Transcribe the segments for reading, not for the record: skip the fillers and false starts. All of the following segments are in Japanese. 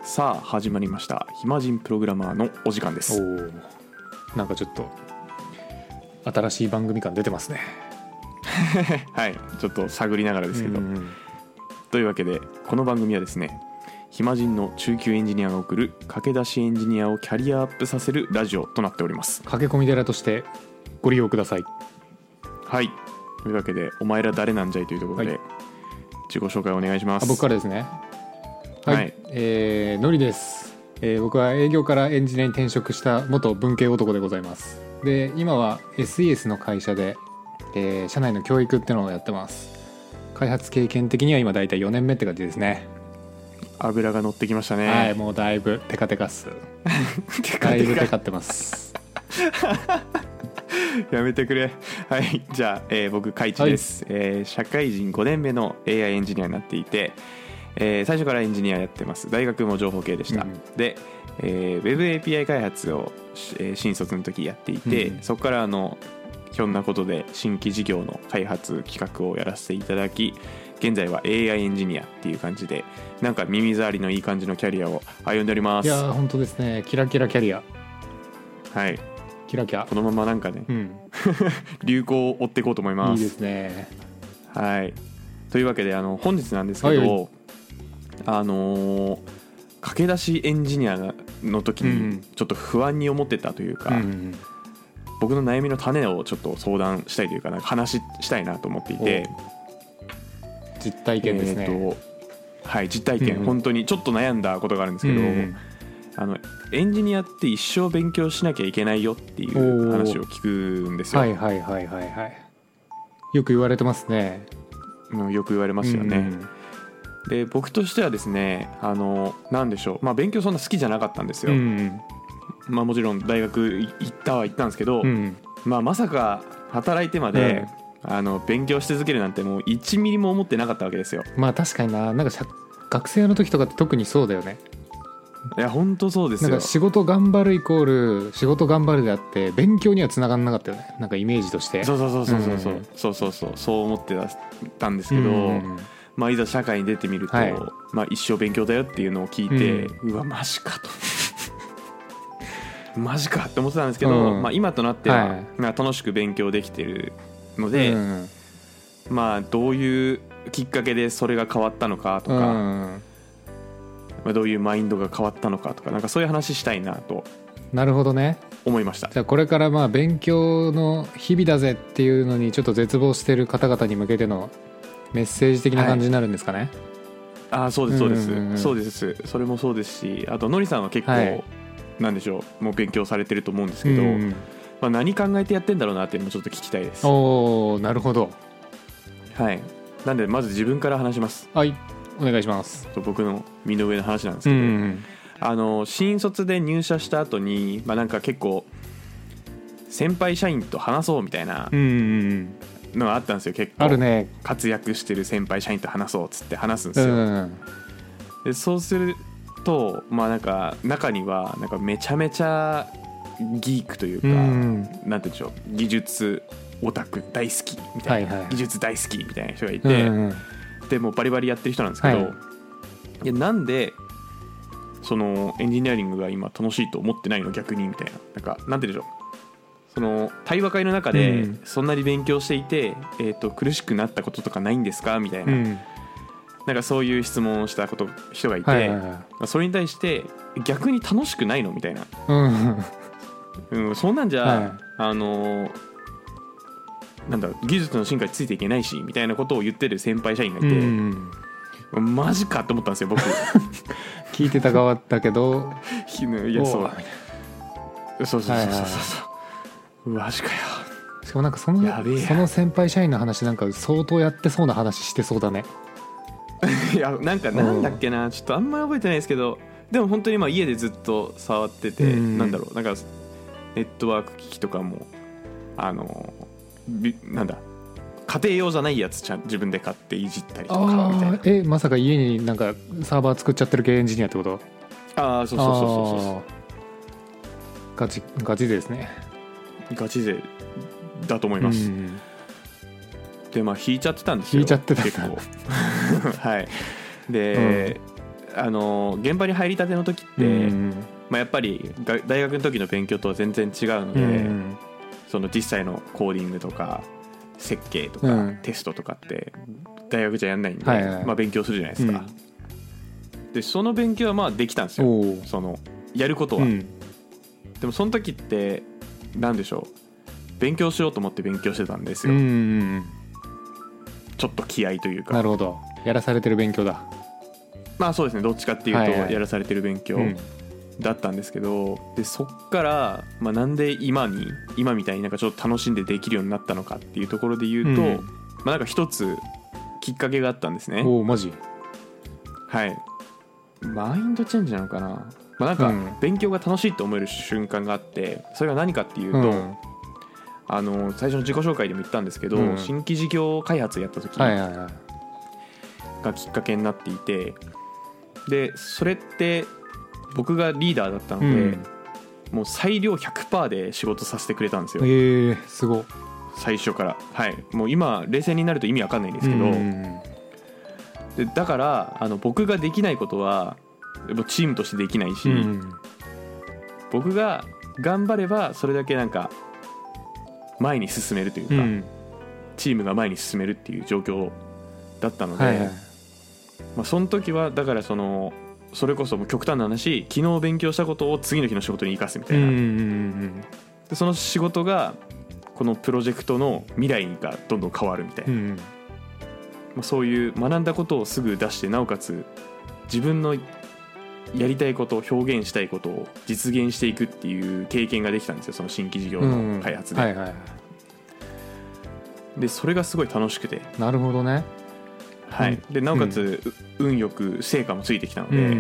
さあ始まりました暇人プログラマーのお時間です。 なんかちょっと新しい番組感出てますねはいちょっと探りながらですけど、というわけでこの番組はですね、暇人の中級エンジニアが送る駆け出しエンジニアをキャリアアップさせるラジオとなっております。 駆け込み寺としてご利用ください。 はい、というわけでお前ら誰なんじゃいというところで、はい、自己紹介お願いします。 僕からですね。はい、のりです。僕は営業からエンジニアに転職した元文系男でございます。で今は SES の会社で、社内の教育っていうのをやってます。開発経験的には今だいたい4年目って感じですね。 油が乗ってきましたね。 はい、もうだいぶテカテカっすだいぶテカってますやめてくれ。はい、じゃあ、僕カイチです、はい。社会人5年目の AI エンジニアになっていて、最初からエンジニアやってます。大学も情報系でした、で、Web API 開発を、新卒の時やっていて、そこからひょんなことで新規事業の開発企画をやらせていただき、現在は AI エンジニアっていう感じで、なんか耳障りのいい感じのキャリアを歩んでおります。 いや本当ですね。キラキラキャリア。 はい、 キラキラ。 このままなんかね、流行を追っていこうと思います。 いいですね。 はい、というわけで本日なんですけど、駆け出しエンジニアの時にちょっと不安に思ってたというか、僕の悩みの種をちょっと相談したいというか、なんか話したいなと思っていて、 実体験ですね。 はい、実体験、本当にちょっと悩んだことがあるんですけど、エンジニアって一生勉強しなきゃいけないよっていう話を聞くんですよ。 はいはいはいはいはい。よく言われてますね。 よく言われますよね。で僕としてはですね、なんでしょう、勉強そんな好きじゃなかったんですよ。もちろん大学行ったんですけど、まさか働いてまで、勉強し続けるなんてもう1ミリも思ってなかったわけですよ。 確かになんか学生の時とかって特にそうだよね。 いや本当そうですよ。 なんか仕事頑張るイコール仕事頑張るであって勉強には繋がんなかったよね。なんかイメージとして。そう思ってたんですけど、いざ社会に出てみると、一生勉強だよっていうのを聞いて、うわマジかとマジかって思ってたんですけど、今となっては、楽しく勉強できてるので、どういうきっかけでそれが変わったのかとか、どういうマインドが変わったのかとか、なんかそういう話したいなと。 なるほどね。 思いました。 じゃあこれから勉強の日々だぜっていうのにちょっと絶望してる方々に向けてのメッセージ的な感じになるんですかね。 そうですそうです、そうです。それもそうですし、あとのりさんは結構、なんでしょう、もう勉強されてると思うんですけど、何考えてやってんだろうなっていうのもちょっと聞きたいです。 おー、なるほど。 はい、なんでまず自分から話します。 はい、お願いします。 僕の身の上の話なんですけど、新卒で入社した後に、なんか結構先輩社員と話そうみたいなのがあったんですよ。結構あるね。 活躍してる先輩社員と話そうっつって話すんですよ。でそうすると、なんか中にはなんかめちゃめちゃギークというか、なんて言うんでしょう、技術オタク大好きみたいな、技術大好きみたいな人がいて、でもうバリバリやってる人なんですけど、いやなんでそのエンジニアリングが今楽しいと思ってないの逆にみたいな、なんかなんて言うんでしょう、その対話会の中でそんなに勉強していて、苦しくなったこととかないんですかみたいな、なんかそういう質問をした人がいて、それに対して逆に楽しくないのみたいな、そんなんじゃ、なんだろう、技術の進化についていけないしみたいなことを言ってる先輩社員がいて、マジかと思ったんですよ僕聞いてた側だけどいやそうマジかよ。 しかもなんかその先輩社員の話なんか相当やってそうな話してそうだねいやなんかなんだっけな、ちょっとあんまり覚えてないですけど、でも本当に家でずっと触ってて、なんだろう、なんかネットワーク機器とかもなんだ、家庭用じゃないやつ自分で買っていじったりとかみたいな。 まさか家になんかサーバー作っちゃってる系エンジニアってこと？そうガチですね。 ガチ勢だと思います。で引いちゃってたんですよ。 引いちゃってた結構はい。で、 現場に入りたての時って、まあ、やっぱり大学の時の勉強とは全然違うので、その実際のコーディングとか設計とかテストとかって大学じゃやんないんで、まあ、勉強するじゃないですか、でその勉強はまあできたんですよ、そのやることは、でもその時って何でしょう、勉強しようと思って勉強してたんですよ、ちょっと気合というか。 なるほど、やらされてる勉強だ。 まあそうですね、どっちかっていうとやらされてる勉強だったんですけど、でそっから、まあ、なんで今みたいになんかちょっと楽しんでできるようになったのかっていうところで言うと、まあ、なんか一つきっかけがあったんですね。 おお、マジ？ はい、マインドチェンジなのかな、まあ、なんか勉強が楽しいと思える瞬間があって、それが何かっていうと、最初の自己紹介でも言ったんですけど、新規事業開発やった時がきっかけになっていて、でそれって僕がリーダーだったので、もう裁量 100% で仕事させてくれたんですよ。 すごい。 最初から、はい、もう今冷静になると意味わかんないんですけど、でだから僕ができないことはチームとしてできないし、僕が頑張ればそれだけなんか前に進めるというか、チームが前に進めるっていう状況だったので、まあ、その時はだからそれこそもう極端な話、昨日勉強したことを次の日の仕事に生かすみたいな、でその仕事がこのプロジェクトの未来がどんどん変わるみたいな、まあ、そういう学んだことをすぐ出して、なおかつ自分のやりたいこと、表現したいことを実現していくっていう経験ができたんですよ、その新規事業の開発で、でそれがすごい楽しくて。 なるほどね。 はい、でなおかつ、運よく成果もついてきたので、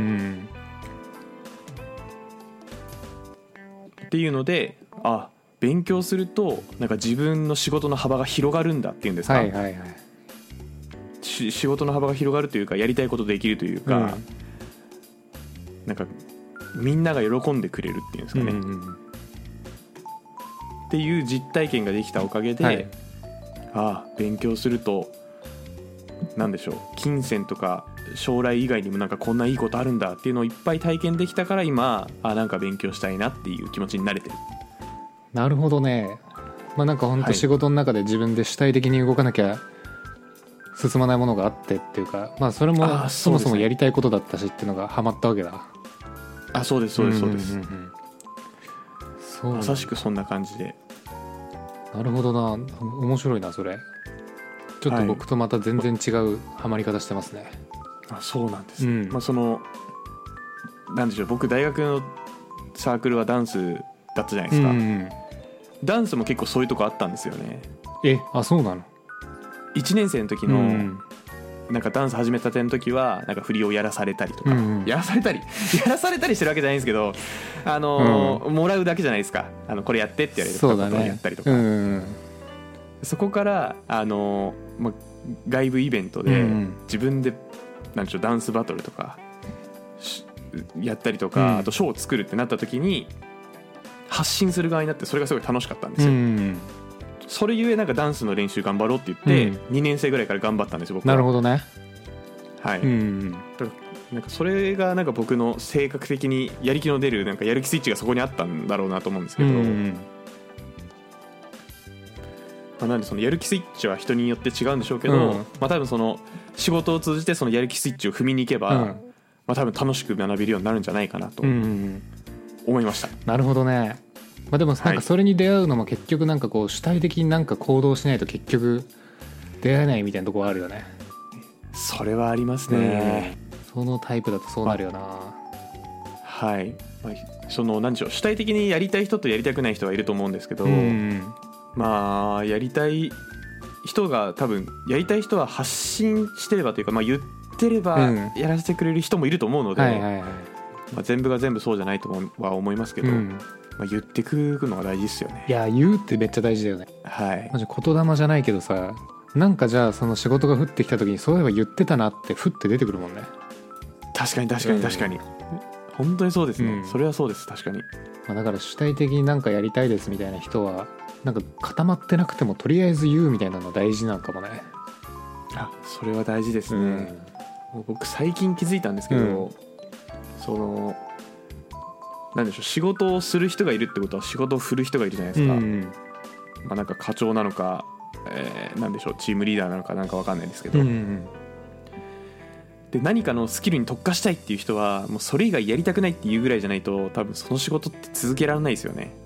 っていうので、勉強するとなんか自分の仕事の幅が広がるんだっていうんですか、仕事の幅が広がるというか、やりたいことできるというか、なんかみんなが喜んでくれるっていうんですかね、っていう実体験ができたおかげで、勉強するとなんでしょう、金銭とか将来以外にもなんかこんないいことあるんだっていうのをいっぱい体験できたから、今なんか勉強したいなっていう気持ちになれてる。 なるほどね。まあなんか本当仕事の中で自分で主体的に動かなきゃ進まないものがあってっていうか、まあそれもそもそもやりたいことだったしっていうのがハマったわけだ。 そうですそうですそうです、まさしくそんな感じで。 なるほどな、面白いなそれ。ちょっと僕とまた全然違うハマり方してますね。 そうなんです、まあそのなんでしょう、僕大学のサークルはダンスだったじゃないですか、ダンスも結構そういうとこあったんですよね。 そうなの。 1年生の時の、なんかダンス始めたての時はなんか振りをやらされたりとか、やらされたりしてるわけじゃないんですけど、もらうだけじゃないですか、これやってって言われることをやったりとか、そこから外部イベントで自分でなんでしょう、ダンスバトルとかやったりとか、あとショーを作るってなった時に発信する側になって、それがすごい楽しかったんですよ、それゆえなんかダンスの練習頑張ろうって言って、2年生ぐらいから頑張ったんですよ僕は。 なるほどね。 はい、なんかそれがなんか僕の性格的にやる気の出るなんかやる気スイッチがそこにあったんだろうなと思うんですけど、なんでそのやる気スイッチは人によって違うんでしょうけど、多分その仕事を通じてそのやる気スイッチを踏みに行けば、多分楽しく学べるようになるんじゃないかなと思いました。 なるほどね。でもなんかそれに出会うのも結局なんかこう主体的になんか行動しないと結局出会えないみたいなところあるよね。 それはありますね、 そのタイプだとそうなるよな。 はい、その何でしょう、主体的にやりたい人とやりたくない人はいると思うんですけど、まあやりたい人が多分やりたい人は発信してればというか、言ってればやらせてくれる人もいると思うので、全部が全部そうじゃないとは思いますけど、言ってくのが大事ですよね。 いや、言うってめっちゃ大事だよね。マジ言霊じゃないけどさ、なんかじゃあその仕事が降ってきた時にそういえば言ってたなってふって出てくるもんね。 確かに本当にそうですね、それはそうです。確かに、 だから主体的になんかやりたいですみたいな人はなんか固まってなくてもとりあえず言うみたいなの大事なのかもね。 それは大事ですね、僕最近気づいたんですけど、 そのなんでしょう、仕事をする人がいるってことは仕事を振る人がいるじゃないですか、まあ、なんか課長なのか、なんでしょうチームリーダーなのかなんか分かんないですけど、で何かのスキルに特化したいっていう人はもうそれ以外やりたくないっていうぐらいじゃないと多分その仕事って続けられないですよね。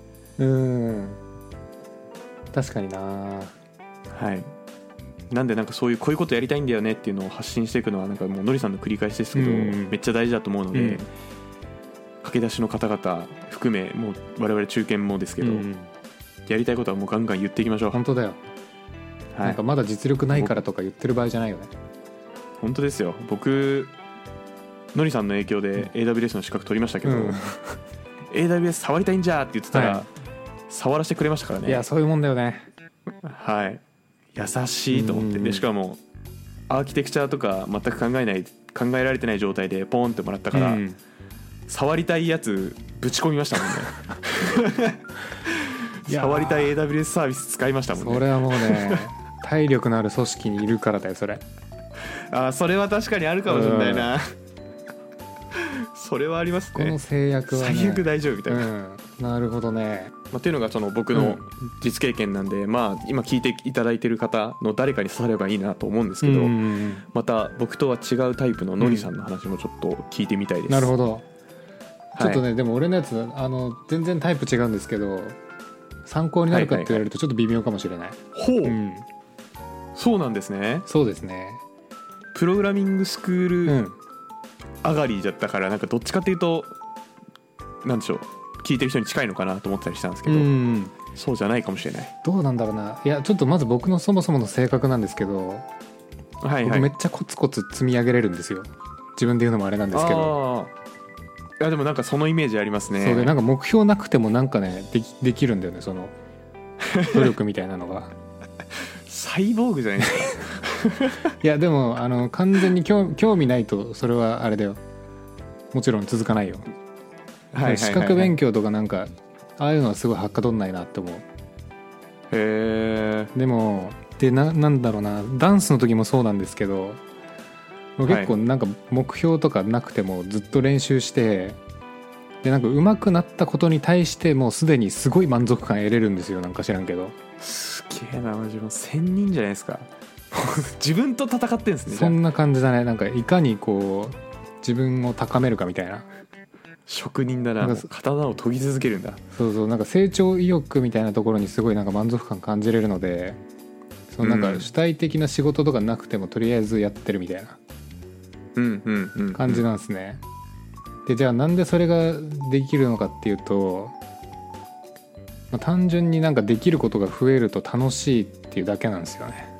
確かにな。 はい。なんでなんかそういうこういうことやりたいんだよねっていうのを発信していくのはなんかもうのりさんの繰り返しですけど、めっちゃ大事だと思うので、駆け出しの方々含めもう我々中堅もですけど、やりたいことはもうガンガン言っていきましょう。 本当だよ、はい、なんかまだ実力ないからとか言ってる場合じゃないよね。 本当ですよ。僕のりさんの影響で AWS の資格取りましたけど、AWS 触りたいんじゃーって言ってたら、触らせてくれましたからね。 いやそういうもんだよね。 はい、優しいと思って。でしかもアーキテクチャとか全く考えられてない状態でポンってもらったから、触りたいやつぶち込みましたもんね触りたい AWS サービス使いましたもんね。 それはもうね体力のある組織にいるからだよそれ。 それは確かにあるかもしれないな、それはありますね。 この制約は、ね、 最悪大丈夫みたいな、 なるほどね。 っていうのがその僕の実経験なんで、まあ今聞いていただいてる方の誰かに刺さればいいなと思うんですけど、また僕とは違うタイプののりさんの話もちょっと聞いてみたいです。 なるほど。ちょっとね、でも俺のやつ全然タイプ違うんですけど参考になるかって言われるとちょっと微妙かもしれない。 ほう、そうなんですね。 そうですね。 プログラミングスクール上がりだったからなんかどっちかっていうとなんでしょう聞いてる人に近いのかなと思ったりしたんですけど、そうじゃないかもしれない。 どうなんだろうな。いやちょっとまず僕のそもそもの性格なんですけど、僕めっちゃコツコツ積み上げれるんですよ。自分で言うのもあれなんですけど。 いやでもなんかそのイメージありますね。 そうでなんか目標なくてもなんかねできるんだよねその努力みたいなのがサイボーグじゃないですかいやでも完全に興味ないとそれはあれだよ。もちろん続かないよ。資格勉強とかなんかああいうのはすごいはっかどんないなって思う。 へでもなんだろうな、ダンスの時もそうなんですけど結構なんか目標とかなくてもずっと練習してでなんか上手くなったことに対してもうすでにすごい満足感得れるんですよ。なんか知らんけどすげえな。自分1000人じゃないですか自分と戦ってんですね。 そんな感じだね。なんかいかにこう自分を高めるかみたいな。 職人だな。刀を研ぎ続けるんだ。 そうそう、なんか成長意欲みたいなところにすごいなんか満足感感じれるので、そのなんか主体的な仕事とかなくてもとりあえずやってるみたいな感じなんですね。でじゃあなんでそれができるのかっていうと、単純になんかできることが増えると楽しいっていうだけなんですよね。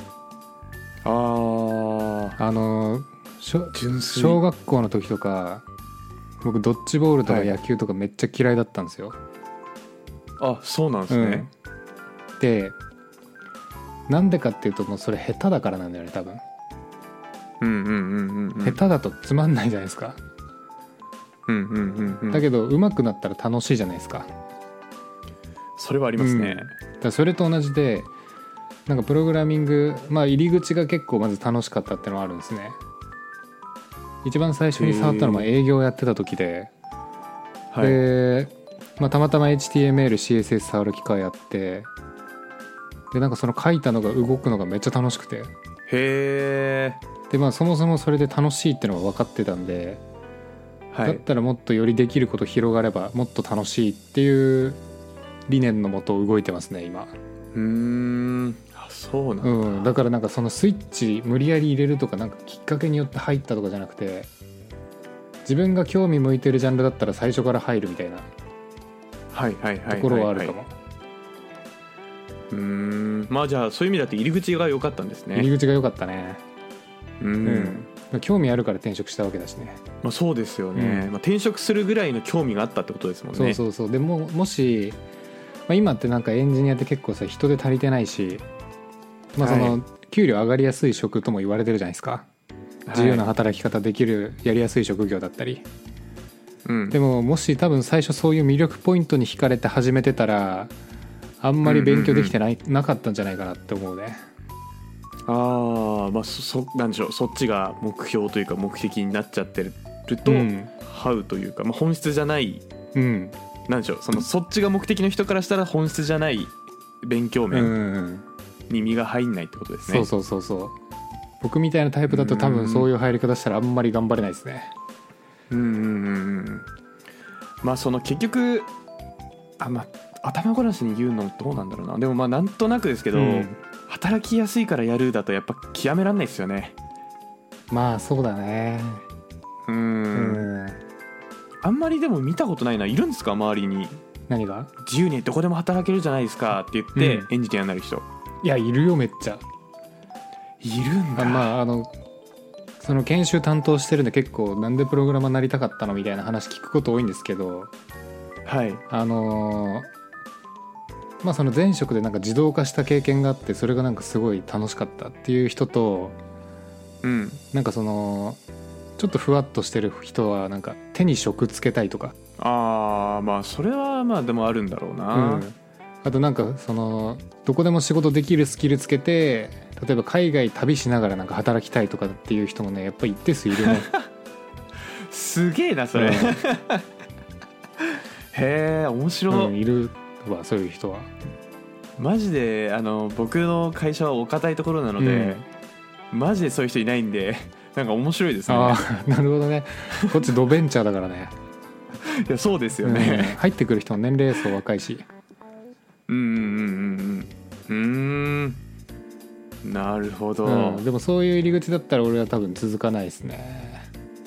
小学校の時とか僕ドッジボールとか野球とかめっちゃ嫌いだったんですよ。 そうなんですね。 でなんでかっていうともうそれ下手だからなんだよね多分。下手だとつまんないじゃないですか。だけど上手くなったら楽しいじゃないですか。 それはありますね。 だからそれと同じでなんかプログラミング、入り口が結構まず楽しかったっていうのはあるんですね。一番最初に触ったのは営業やってた時で、で、たまたま HTML、CSS 触る機会あって、でなんかその書いたのが動くのがめっちゃ楽しくて、でそもそもそれで楽しいっていうのが分かってたんで、だったらもっとよりできること広がればもっと楽しいっていう理念のもと動いてますね今。 そうなんだからなんかそのスイッチ無理やり入れるとかなんかきっかけによって入ったとかじゃなくて、自分が興味向いてるジャンルだったら最初から入るみたいなところはあるかも。 じゃあそういう意味だと入り口が良かったんですね。 入り口が良かったね。興味あるから転職したわけだしね。 そうですよね。転職するぐらいの興味があったってことですもんね。 そうでもし、今ってなんかエンジニアって結構さ人手足りてないし、その給料上がりやすい職とも言われてるじゃないですか。自由な働き方できるやりやすい職業だったり、でももし多分最初そういう魅力ポイントに惹かれて始めてたらあんまり勉強できてなかったんじゃないかなって思うね。 なんでしょう、そっちが目標というか目的になっちゃってるると、ハウというか、本質じゃない、なんでしょう、そっちが目的の人からしたら本質じゃない勉強面に身が入んないってことですね。 そう僕みたいなタイプだと多分そういう入り方したらあんまり頑張れないですね。 その結局頭ごなしに言うのどうなんだろうな。でもなんとなくですけど、働きやすいからやるだとやっぱ極めらんないですよね。 そうだね。 あんまりでも見たことないな。いるんですか周りに。 何が？ 自由にどこでも働けるじゃないですかって言ってエンジニアになる人。 いやいるよ、めっちゃいるんだ。 その研修担当してるんで結構なんでプログラマーになりたかったのみたいな話聞くこと多いんですけど、その前職でなんか自動化した経験があって、それがなんかすごい楽しかったっていう人と、なんかそのちょっとふわっとしてる人はなんか手に職つけたいとか、 それはでもあるんだろうな。 あとなんかそのどこでも仕事できるスキルつけて、例えば海外旅しながらなんか働きたいとかっていう人もね、やっぱり一定数いるね。 すげえなそれ。へえ、面白い。 いるわ、そういう人は。 マジで僕の会社はお堅いところなので、マジでそういう人いないんで、なんか面白いですね。 なるほどね。こっちドベンチャーだからね。 いやそうですよね、 入ってくる人の年齢層若いし。 なるほど、 でもそういう入り口だったら俺は多分続かないですね。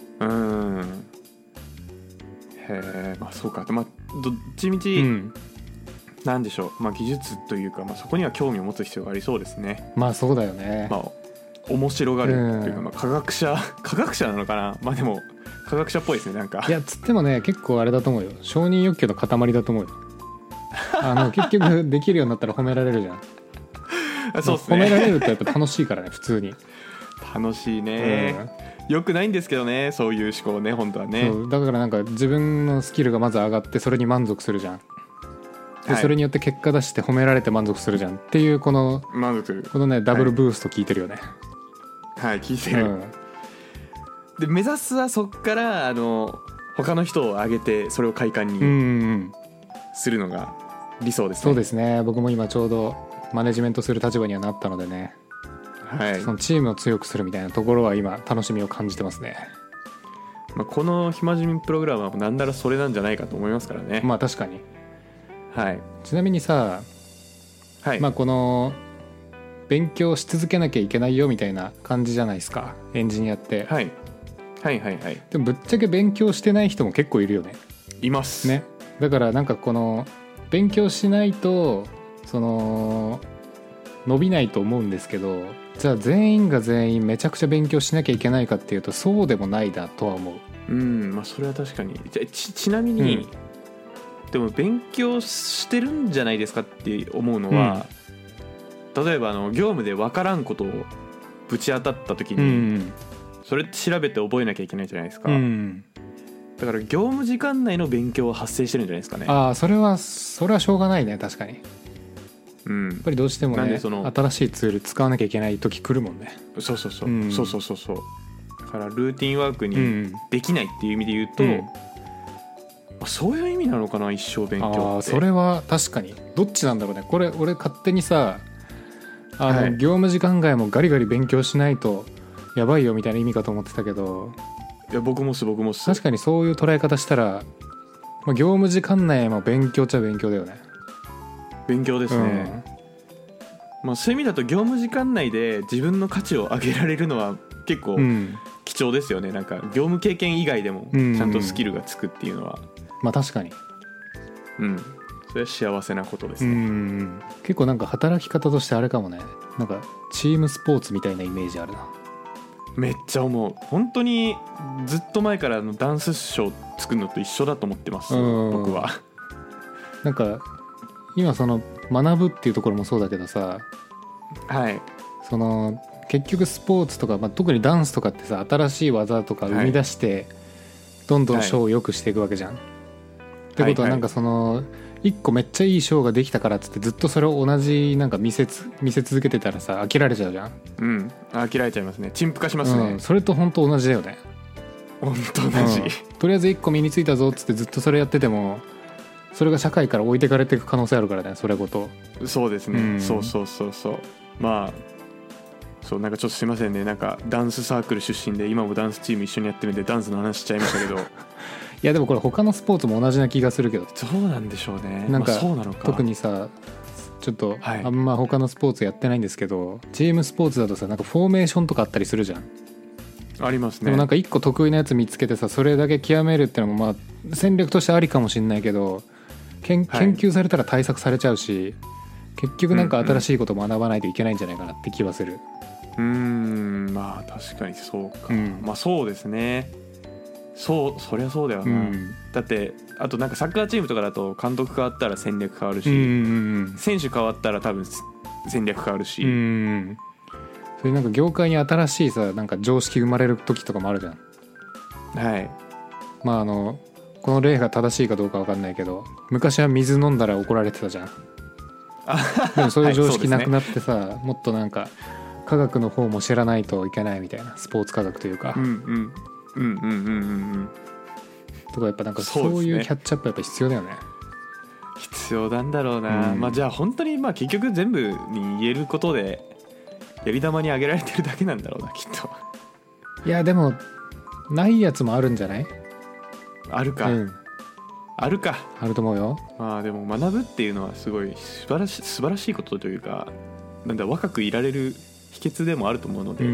へえ、そうか。どっちみち、なんでしょう、技術というか、そこには興味を持つ必要がありそうですね。 そうだよね。 面白がるというか、科学者なのかな。でも科学者っぽいですね、なんか。 いやつってもね、結構あれだと思うよ、承認欲求の塊だと思うよ。結局できるようになったら褒められるじゃん。 そうですね。 褒められるとやっぱ楽しいからね、普通に。 楽しいね、よくないんですけどね、そういう思考ね、本当はね。 そうだからなんか自分のスキルがまず上がって、それに満足するじゃん。でそれによって結果出して褒められて満足するじゃんっていう、このねダブルブースト効いてるよね。 効いてる、で目指すはそっから他の人を上げてそれを快感にするのが理想ですね。 そうですね。僕も今ちょうどマネジメントする立場にはなったのでね、そのチームを強くするみたいなところは今楽しみを感じてますね。 この暇人プログラムはなんならそれなんじゃないかと思いますからね。 確かに。ちなみにさ、この勉強し続けなきゃいけないよみたいな感じじゃないですか、エンジニアって。でもぶっちゃけ勉強してない人も結構いるよね。 いますね。だからなんかこの勉強しないとその伸びないと思うんですけど、じゃあ全員が全員めちゃくちゃ勉強しなきゃいけないかっていうとそうでもないだとは思う。 それは確かに。ちなみに、でも勉強してるんじゃないですかって思うのは、例えば業務で分からんことをぶち当たった時に、それ調べて覚えなきゃいけないじゃないですか、だから業務時間内の勉強は発生してるんじゃないですかね。 それはしょうがないね、確かに。やっぱりどうしてもね、新しいツール使わなきゃいけない時来るもんね。 そうだからルーティンワークにできないっていう意味で言うと、そういう意味なのかな、一生勉強って。 それは確かにどっちなんだろうね。これ俺勝手にさ、業務時間外もガリガリ勉強しないとやばいよみたいな意味かと思ってたけど、 いや僕も確かにそういう捉え方したら、業務時間内も勉強っちゃ勉強だよね。 勉強ですね、そういう意味だと業務時間内で自分の価値を上げられるのは結構貴重ですよね。なんか業務経験以外でもちゃんとスキルがつくっていうのは、 確かにそれは幸せなことですね。 結構なんか働き方としてあれかもね、なんかチームスポーツみたいなイメージあるな。 めっちゃ思う。本当にずっと前からダンスショー作るのと一緒だと思ってます、僕は。 なんか今その学ぶっていうところもそうだけどさ、その結局スポーツとか、特にダンスとかってさ、新しい技とか生み出してどんどんショーを良くしていくわけじゃん、ってことはなんかその一個めっちゃいいショーができたからっつってずっとそれを同じなんか見せ続けてたらさ、飽きられちゃうじゃん。 飽きられちゃいますね。陳腐化しますね、 それと本当同じだよね。 本当同じ、 とりあえず1個身についたぞっつってずっとそれやっててもそれが社会から置いてかれていく可能性あるからね、それごと。 そうですね、そうそうそうそう。まあそう、なんかちょっとすいませんね、なんかダンスサークル出身で今もダンスチーム一緒にやってるんでダンスの話しちゃいましたけどいやでもこれ他のスポーツも同じな気がするけど。 そうなんでしょうね。 なんか、 そうなのか。 特にさちょっとあんま他のスポーツやってないんですけど、チームスポーツだとさなんかフォーメーションとかあったりするじゃん。 ありますね。 でもなんか一個得意なやつ見つけてさそれだけ極めるってのもまあ戦略としてありかもしれないけど、研究されたら対策されちゃうし、結局なんか新しいこと学ばないといけないんじゃないかなって気はする。 まあ確かにそうか、まあそうですね。そりゃそうだよな、だってあとなんかサッカーチームとかだと監督変わったら戦略変わるし、選手変わったら多分戦略変わるし、それなんか業界に新しいさなんか常識生まれる時とかもあるじゃん。はい。まあこの例が正しいかどうか分かんないけど、昔は水飲んだら怒られてたじゃん。でもそういう常識なくなってさ、はい、もっとなんか科学の方も知らないといけないみたいな、スポーツ科学というか、とかやっぱなんかそういうキャッチアップやっぱ必要だよね。 必要なんだろうな、まあじゃあ本当にまあ結局全部に言えることでやり玉にあげられてるだけなんだろうなきっと。 いやでもないやつもあるんじゃない？ あるか、あるか。 あると思うよ。 まあでも学ぶっていうのはすごい素晴らしいことというか、なんだ若くいられる秘訣でもあると思うので。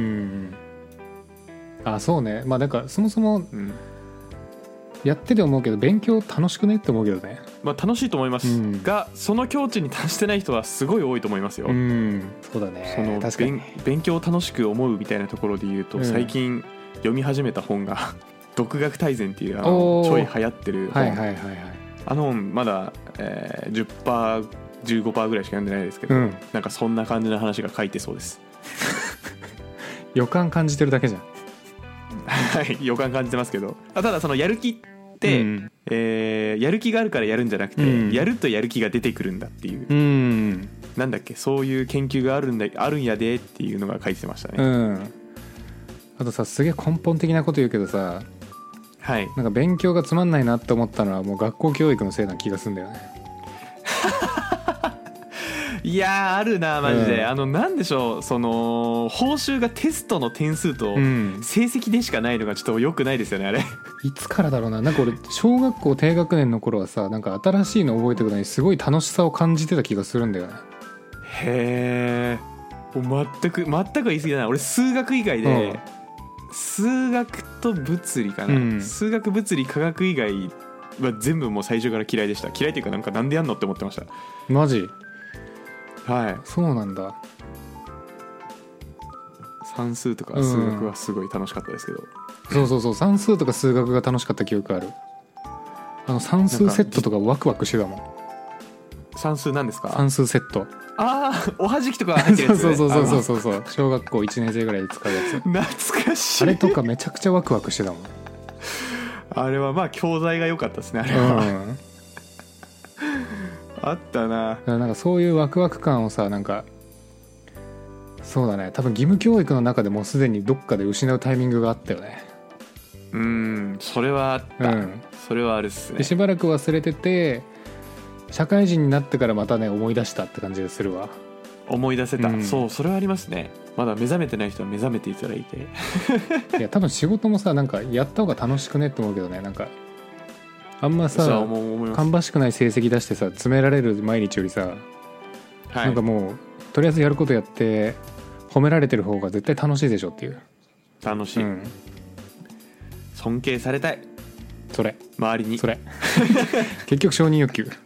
あ、そうね。まあなんかそもそもやってて思うけど勉強楽しくねって思うけどね。 まあ楽しいと思います、がその境地に達してない人はすごい多いと思いますよ。 そうだね。 その確かに勉強を楽しく思うみたいなところで言うと、最近読み始めた本が独学大全っていうちょい流行ってる本、あの本まだ、10% 15% ぐらいしか読んでないですけど、なんかそんな感じの話が書いてそうです。 予感感じてるだけじゃん。 はい、予感感じてますけど、ただそのやる気って、やる気があるからやるんじゃなくて、やるとやる気が出てくるんだっていう、なんだっけ、そういう研究があるんやでっていうのが書いてましたね。あとさ、すげえ根本的なこと言うけどさ、 はい、 なんか勉強がつまんないなって思ったのはもう学校教育のせいな気がするんだよね。 いやあるなマジで、なんでしょう、その報酬がテストの点数と成績でしかないのがちょっと良くないですよね、あれ。 いつからだろうな。なんか俺小学校低学年の頃はさ、なんか新しいの覚えてくるのにすごい楽しさを感じてた気がするんだよね。 へえ、全く言い過ぎだな。俺数学以外で、数学と物理かな、数学物理科学以外は全部もう最初から嫌いでした。嫌いっていうか、なんでやんのって思ってました。 マジ？ はい。 そうなんだ。 算数とか数学はすごい楽しかったですけど、 そう算数とか数学が楽しかった記憶ある。算数セットとかワクワクしてたもん。 算数なんですか？ 算数セット。 ああ、おはじきとか入ってるやつ。 そう小学校1年生ぐらいで使うやつ。 懐かしい。 あれとかめちゃくちゃワクワクしてたもん。 あれはまあ教材が良かったですね、あれは、あったな。 なんかそういうワクワク感をさ、なんかそうだね、多分義務教育の中でもうすでにどっかで失うタイミングがあったよね。 それはあった、それはあるっすね。 でしばらく忘れてて社会人になってからまたね思い出したって感じがするわ。 思い出せた、それはありますね。まだ目覚めてない人は目覚めていただいていや多分仕事もさ、なんかやった方が楽しくねって思うけどね。なんかあんまさ芳しくない成績出してさ詰められる毎日よりさ、なんかもうとりあえずやることやって褒められてる方が絶対楽しいでしょっていう。 楽しい、尊敬されたい。 それ周りにそれ結局承認欲求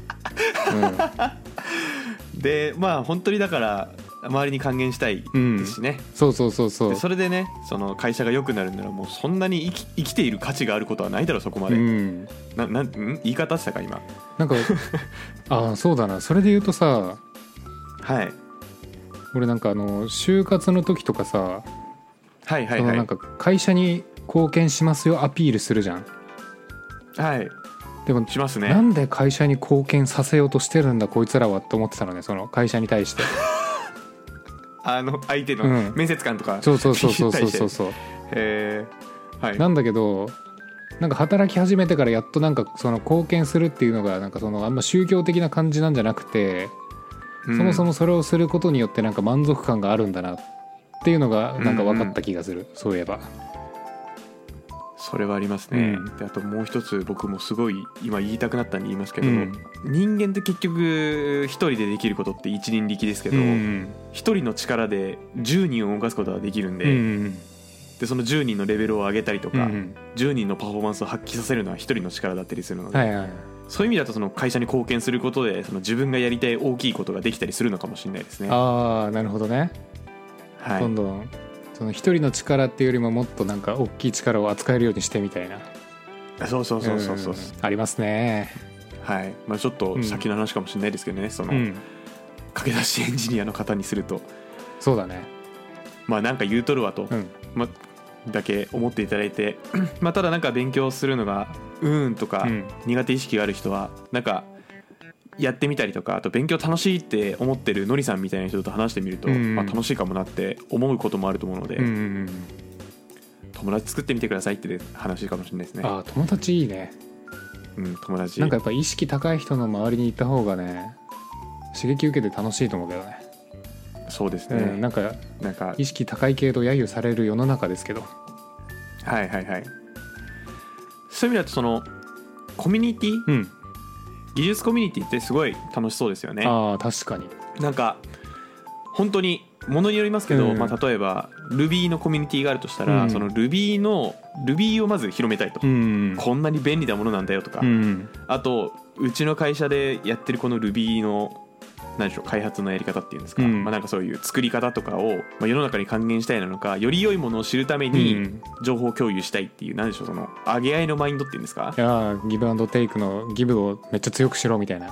でまあ本当にだから周りに還元したいですしね、 そうでそれでね、その会社が良くなるならもうそんなに生きている価値があることはないだろう、そこまで。言い方したか今。 なんかああそうだな。それで言うとさ、 はい、 俺なんか就活の時とかさ、なんか会社に貢献しますよアピールするじゃん。でもしますね。 なんで会社に貢献させようとしてるんだこいつらはって思ってたのね、その会社に対して相手の面接官とか、 そうはい、 なんだけどなんか働き始めてからやっとなんかその貢献するっていうのがなんかそのあんま宗教的な感じなんじゃなくて、そもそもそれをすることによってなんか満足感があるんだなっていうのがなんか分かった気がする、そういえば。 それはありますね、であともう一つ僕もすごい今言いたくなったんで言いますけど、人間って結局一人でできることって一人力ですけど、一人の力で10人を動かすことができるんで、でその10人のレベルを上げたりとか、10人のパフォーマンスを発揮させるのは一人の力だったりするので、そういう意味だとその会社に貢献することでその自分がやりたい大きいことができたりするのかもしれないですね。 ああ、なるほどね、 はい、 どんどんその一人の力っていうよりももっとなんか大きい力を扱えるようにしてみたいな。 そうそうそうそうそう、 ありますね。 はい、まあ、ちょっと先の話かもしれないですけどね、その駆け出しエンジニアの方にするとそうだね、 まあなんか言うとるわと、まあだけ思っていただいてまあただなんか勉強するのがとか苦手意識がある人はなんかやってみたりとか、あと勉強楽しいって思ってるのりさんみたいな人と話してみると、まあ、楽しいかもなって思うこともあると思うので、友達作ってみてくださいって話かもしれないですね。 あ、友達いいね。 友達なんかやっぱ意識高い人の周りにいた方がね刺激受けて楽しいと思うけどね。 そうですね、 なんか意識高い系と揶揄される世の中ですけど、 はいはいはい、そういう意味だとそのコミュニティ、技術コミュニティってすごい楽しそうですよね。 ああ、確かに。 なんか本当にものによりますけど、まあ、例えば Ruby のコミュニティがあるとしたら、その Ruby をまず広めたいと、こんなに便利なものなんだよとか、あとうちの会社でやってるこの Ruby の何でしょう開発のやり方っていうんですか、まあ、なんかそういう作り方とかを、まあ、世の中に還元したいなのか、より良いものを知るために情報共有したいっていう、何でしょうその上げ合いのマインドっていうんですか。 いやギブアンドテイクのギブをめっちゃ強くしろみたいな。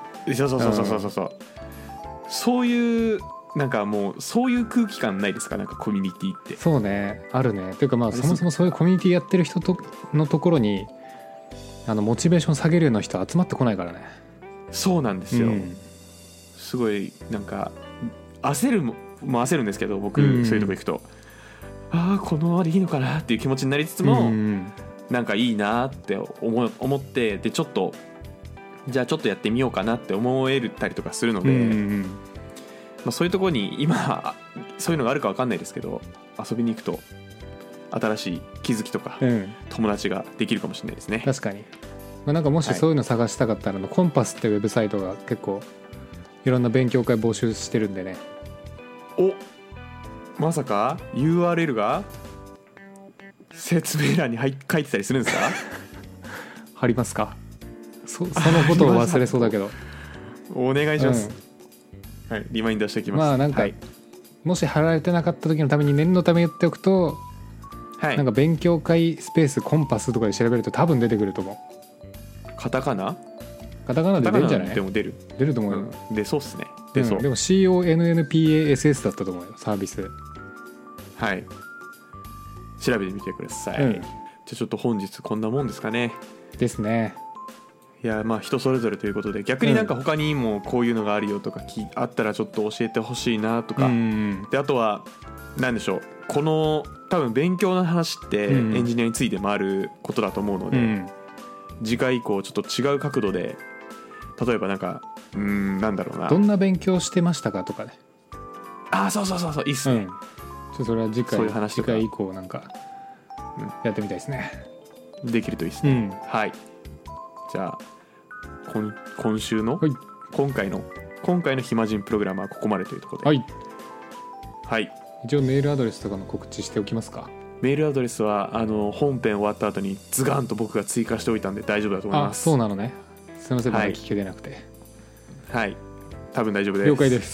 そういうなんかもうそういう空気感ないですか、なんかコミュニティって。 そうね、あるね。というかまあそもそもそういうコミュニティやってる人のところにモチベーション下げるような人集まってこないからね。 そうなんですよ、すごいなんか焦るんですけど僕、そういうとこ行くとああこのままでいいのかなっていう気持ちになりつつも、なんかいいなって思って、でちょっとじゃあちょっとやってみようかなって思えたりとかするので、まあ、そういうところに今そういうのがあるか分かんないですけど、遊びに行くと新しい気づきとか、友達ができるかもしれないですね。 確かに、まあ、なんかもしそういうの探したかったら、コンパスってウェブサイトが結構いろんな勉強会募集してるんでね。 お、まさか URL が説明欄に書いてたりするんですか貼りますか。そのことを忘れそうだけどお願いします、はい、リマインダーしておきます。 まあなんか、もし貼られてなかった時のために念のため言っておくと、なんか勉強会スペースコンパスとかで調べると多分出てくると思う。 カタカナで出るんじゃない？ でも出ると思うよ、 出そうっすね。出そう、 でも CONNPASS だったと思うよ、サービス。 はい、調べてみてください、じゃあちょっと本日こんなもんですかね。 ですね。 いやまあ人それぞれということで、逆になんか他にもこういうのがあるよとかあったらちょっと教えてほしいなとか、であとは何でしょう、この多分勉強の話ってエンジニアについて回ることだと思うので、次回以降ちょっと違う角度で、例えばなんかなんだろうな、 どんな勉強してましたかとかね。 そういいっすね、 それは次そういう話とか次回以降なんかやってみたいですね、 できるといいですね、はい。じゃあ今週の、今回の暇人プログラムはここまでというところで、はい、 一応メールアドレスとかの告知しておきますか。 メールアドレスは本編終わった後にズガンと僕が追加しておいたんで大丈夫だと思います。 あ、そうなのね。すみません、まだ聞けてなくて。 はい、多分大丈夫です。 了解です。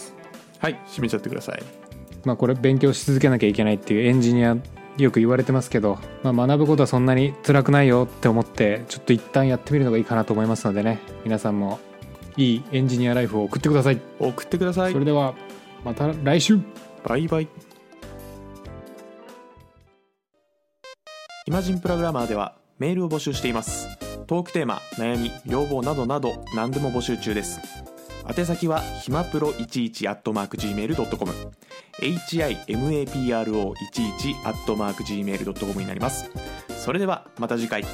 はい、締めちゃってください。 まあこれ勉強し続けなきゃいけないっていうエンジニアよく言われてますけど、まあ、学ぶことはそんなに辛くないよって思ってちょっと一旦やってみるのがいいかなと思いますのでね、皆さんもいいエンジニアライフを送ってください。それではまた来週。 バイバイ。暇人プログラマーではメールを募集しています。トークテーマ、悩み、要望などなど何でも募集中です。 宛先はひまプロ11@gmail.com himapro11@gmail.com になります。それではまた次回。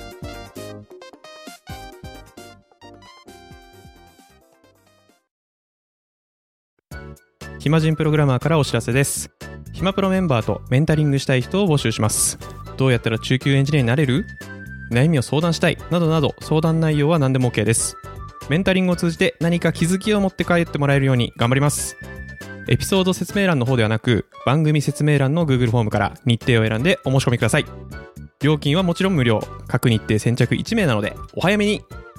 暇人プログラマーからお知らせです。暇プロメンバーとメンタリングしたい人を募集します。どうやったら中級エンジニアになれる？悩みを相談したいなどなど、相談内容は何でも OK です。メンタリングを通じて何か気づきを持って帰ってもらえるように頑張ります。エピソード説明欄の方ではなく、番組説明欄の Google フォームから日程を選んでお申し込みください。料金はもちろん無料、各日程先着1名なのでお早めに。